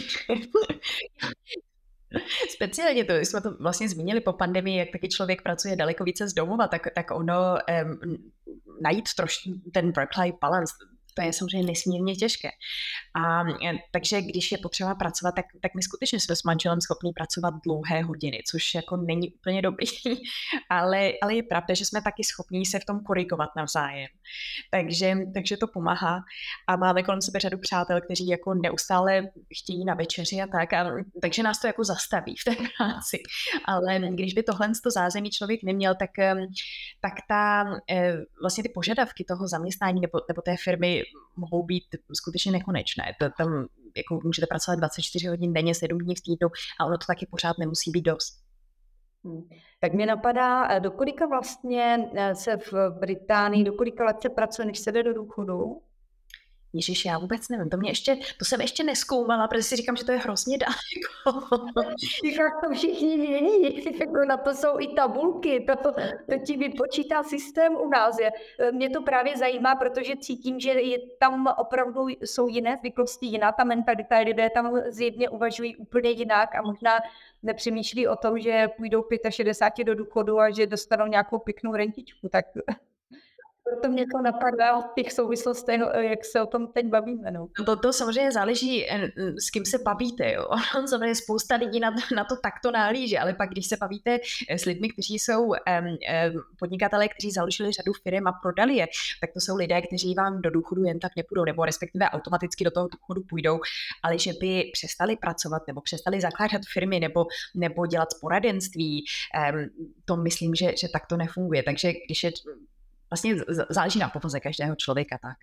Speciálně to, jsme to vlastně zmínili po pandemii, jak taky člověk pracuje daleko více z domova, tak ono najít trošku ten work-life balance, to je samozřejmě nesmírně těžké. A takže když je potřeba pracovat, tak my skutečně jsme s manželem schopni pracovat dlouhé hodiny, což jako není úplně dobrý, ale je pravda, že jsme taky schopní se v tom korigovat navzájem. Takže to pomáhá a máme kolem sebe řadu přátel, kteří jako neustále chtějí na večeři a tak, takže nás to jako zastaví v té práci. Ale když by tohle zázemí člověk neměl, tak vlastně ty požadavky toho zaměstnání nebo té firmy mohou být skutečně nekonečné. Tam jako můžete pracovat 24 hodin denně, 7 dní v týdnu a ono to taky pořád nemusí být dost. Tak mě napadá, do kolika vlastně se v Británii, do kolika let se pracuje, než se jde do důchodu? Ježiš, já vůbec nevím, to jsem ještě nezkoumala, protože si říkám, že to je hrozně daleko. Jak to všichni vědí, jako na to jsou i tabulky, to ti vypočítá systém u nás. Mě to právě zajímá, protože cítím, že tam opravdu jsou jiné zvyklosti, jiná ta mentalita, lidé tam zjevně uvažují úplně jinak a možná nepřemýšlí o tom, že půjdou 65 do důchodu a že dostanou nějakou pěknou rentičku. Tak Proto mě to napadá v těch souvislostech, jak se o tom teď bavíme, no. To samozřejmě záleží, s kým se bavíte, jo. Ono samozřejmě spousta lidí na to takto nahlíží, ale pak, když se bavíte s lidmi, kteří jsou podnikatelé, kteří založili řadu firm a prodali je, tak to jsou lidé, kteří vám do důchodu jen tak nepůjdou, nebo respektive automaticky do toho důchodu půjdou, ale že by přestali pracovat, nebo přestali zakládat firmy, nebo dělat poradenství, to myslím, že tak to nefunguje. Takže když je vlastně záleží na povaze každého člověka, tak.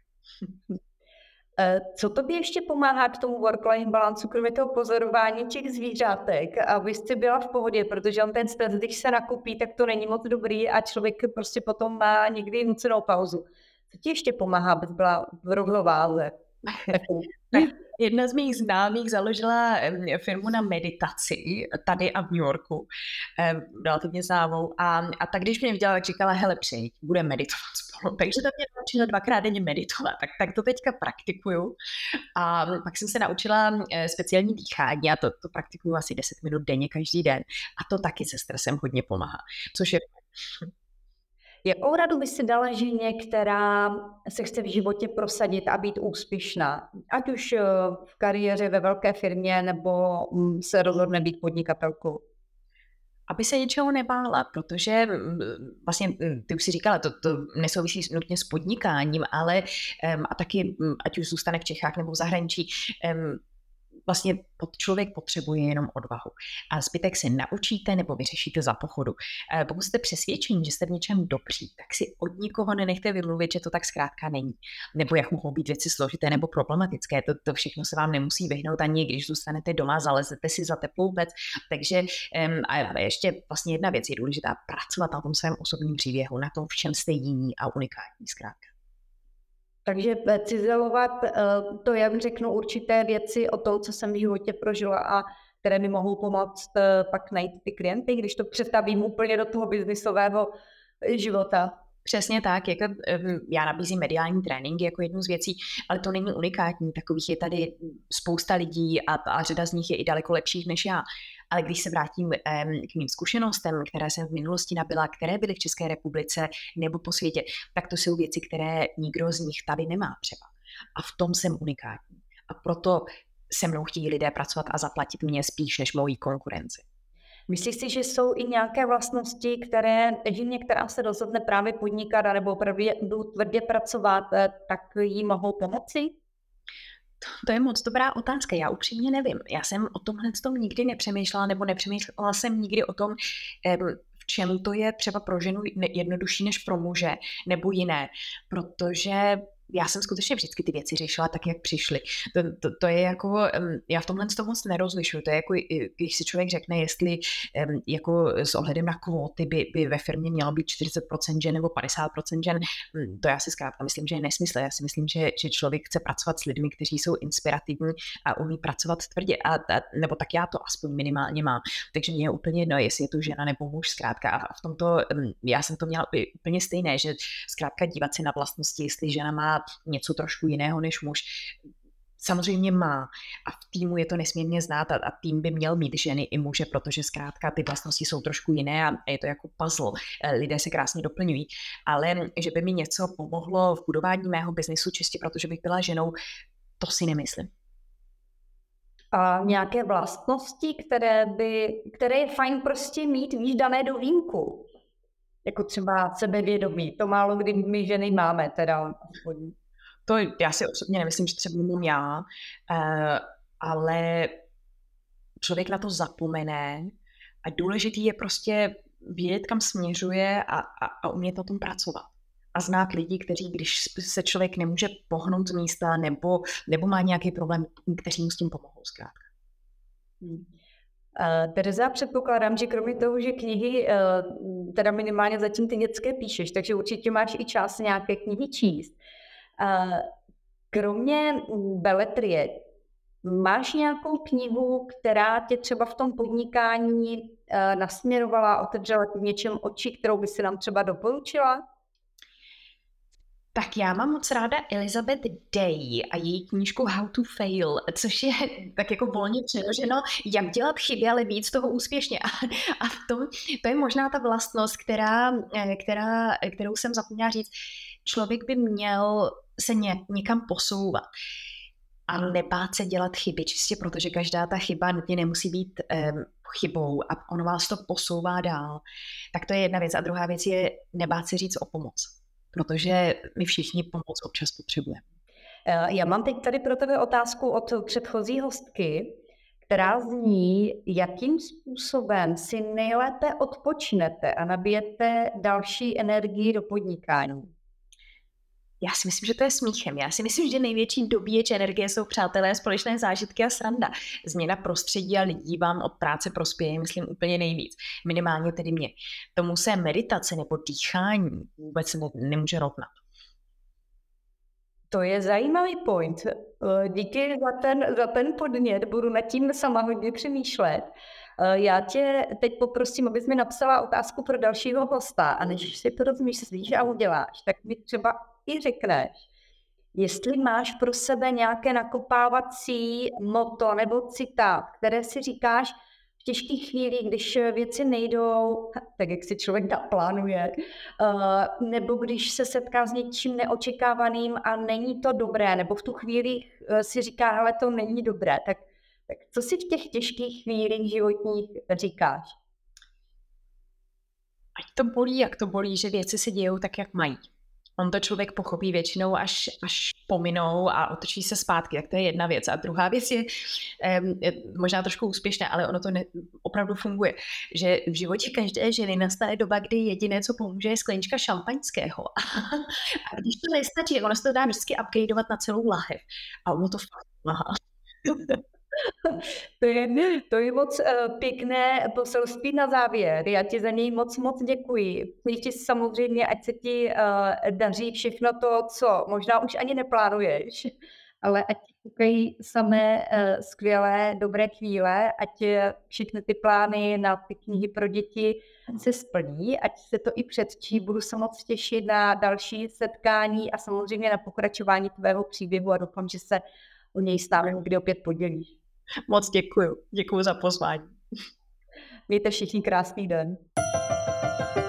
Co tobě ještě pomáhá k tomu work-life balancu, kromě toho pozorování těch zvířátek, aby jsi byla v pohodě, protože on ten stres, když se nakupí, tak to není moc dobrý a člověk prostě potom má někdy nucenou pauzu. Co ti ještě pomáhá, abys byla v rovnováze? Jedna z mých známých založila firmu na meditaci tady a v New Yorku. Relativně známou. A tak když mě viděla, tak říkala, hele, přijď, budeme meditovat spolu. Takže to mě naučila 2krát denně meditovat. Tak to teďka praktikuju. A pak jsem se naučila speciální dýchání a to praktikuju asi 10 minut denně každý den. A to taky se stresem hodně pomáhá. Což je... Jakou radu by si dala ženě, která se chce v životě prosadit a být úspěšná? Ať už v kariéře ve velké firmě, nebo se rozhodne být podnikatelkou? Aby se něčeho nebála, protože vlastně, ty už si říkala, to nesouvisí nutně s podnikáním, ale a taky, ať už zůstane v Čechách nebo v zahraničí, vlastně člověk potřebuje jenom odvahu. A zbytek se naučíte nebo vyřešíte za pochodu. Pokud jste přesvědčení, že jste v něčem dobří, tak si od nikoho nenechte vymluvit, že to tak zkrátka není. Nebo jak mohou být věci složité nebo problematické. To všechno se vám nemusí vyhnout ani když zůstanete doma, zalezete si za teplou věc. Takže a ještě vlastně jedna věc je důležitá, pracovat na tom svém osobním příběhu, na tom, v čem jste jiní a unikátní zkrátka. Takže cizelovat, to já řeknu určité věci o tom, co jsem v životě prožila a které mi mohou pomoct pak najít ty klienty, když to přetavím úplně do toho biznisového života. Přesně tak, jako já nabízím mediální tréninky jako jednu z věcí, ale to není unikátní, takových je tady spousta lidí a řada z nich je i daleko lepších než já. Ale když se vrátím k mým zkušenostem, které jsem v minulosti nabyla, které byly v České republice nebo po světě, tak to jsou věci, které nikdo z nich tady nemá třeba. A v tom jsem unikátní. A proto se mnou chtějí lidé pracovat a zaplatit mě spíš než mojí konkurenci. Myslíš si, že jsou i nějaké vlastnosti, které ženě, která se rozhodne právě podnikat nebo opravdu tvrdě pracovat, tak jí mohou pomoci? To je moc dobrá otázka, já upřímně nevím. Já jsem o tomhle nikdy nepřemýšlela, nebo nepřemýšlela jsem nikdy o tom, v čem to je třeba pro ženu jednodušší než pro muže, nebo jiné, protože já jsem skutečně vždycky ty věci řešila tak, jak přišly. To je jako, já v tomhle toho moc nerozlišuju. To je jako, když si člověk řekne, jestli jako s ohledem na kvóty by ve firmě mělo být 40% žen nebo 50% žen, to já si zkrátka myslím, že je nesmysl. Já si myslím, že člověk chce pracovat s lidmi, kteří jsou inspirativní a umí pracovat tvrdě. Nebo tak já to aspoň minimálně mám. Takže mně je úplně jedno, jestli je to žena nebo muž zkrátka. A v tomto, já jsem to měla úplně stejné, že zkrátka dívat se na vlastnosti, jestli žena má něco trošku jiného než muž. Samozřejmě má. A v týmu je to nesmírně znát a tým by měl mít ženy i muže, protože zkrátka ty vlastnosti jsou trošku jiné a je to jako puzzle. Lidé se krásně doplňují. Ale že by mi něco pomohlo v budování mého biznisu čistě protože bych byla ženou, to si nemyslím. A nějaké vlastnosti, které je fajn prostě mít, víš, dané do vínku. Jako třeba sebevědomí. To málo kdy my ženy máme teda. To já si osobně nemyslím, že třeba mám já, ale člověk na to zapomene a důležitý je prostě vědět, kam směřuje a umět na tom pracovat. A znát lidi, kteří, když se člověk nemůže pohnout z místa nebo má nějaký problém, kteří mu s tím pomohou zkrátka. Tereza, předpokládám, že kromě toho, že knihy, teda minimálně zatím ty dětské píšeš, takže určitě máš i čas nějaké knihy číst. Kromě beletrie, máš nějakou knihu, která tě třeba v tom podnikání nasměrovala, otevřela ti v něčem oči, kterou by si nám třeba doporučila? Tak já mám moc ráda Elizabeth Day a její knížku How to Fail, což je tak jako volně přeloženo, jak dělat chyby, ale víc toho úspěšně. A to je možná ta vlastnost, kterou jsem zapomněla říct. člověk by měl se někam posouvat a nebát se dělat chyby, čistě protože každá ta chyba nutně nemusí být chybou a ono vás to posouvá dál. Tak to je jedna věc. A druhá věc je nebát se říct o pomoc, protože my všichni pomoc občas potřebujeme. Já mám teď tady pro tebe otázku od předchozí hostky, která zní, jakým způsobem si nejlépe odpočnete a nabijete další energii do podnikání. Já si myslím, že to je smíchem. Já si myslím, že největší dobíječ energie jsou přátelé, společné zážitky a sranda. Změna prostředí a lidí vám od práce prospěje, myslím, úplně nejvíc. Minimálně tedy mě. Tomu se meditace nebo dýchání vůbec nemůže rovnat. To je zajímavý point. Díky za ten podnět, budu nad tím sama hodně přemýšlet. Já tě teď poprosím, abys mi napsala otázku pro dalšího hosta a než si to rozmyslíš a uděláš, tak mi třeba i řekneš, jestli máš pro sebe nějaké nakopávací motto nebo citát, které si říkáš v těžkých chvílích, když věci nejdou tak, jak si člověk naplánuje, nebo když se setká s něčím neočekávaným a není to dobré, nebo v tu chvíli si říká, hele, to není dobré, tak co si v těch těžkých chvílích životních říkáš? Ať to bolí, jak to bolí, že věci se dějou tak, jak mají. On to člověk pochopí většinou, až pominou a otočí se zpátky, tak to je jedna věc. A druhá věc je možná trošku úspěšná, ale ono to opravdu funguje, že v životě každé ženy nastane doba, kdy jediné, co pomůže, je sklenička šampaňského. A když to nestačí, ono se to dá vždycky upgradeovat na celou lahev. A ono to fakt pomáhá. To je moc pěkné poselství na závěr. Já ti za něj moc děkuji. Přeji ti samozřejmě, ať se ti daří všechno to, co možná už ani neplánuješ, ale ať ti kukají samé skvělé, dobré chvíle, ať všechny ty plány na ty knihy pro děti se splní, ať se to i předčí. Budu se moc těšit na další setkání a samozřejmě na pokračování tvého příběhu a doufám, že se o něj s námi někdy opět podělíš. Moc děkuju. Děkuju za pozvání. Mějte všichni krásný den.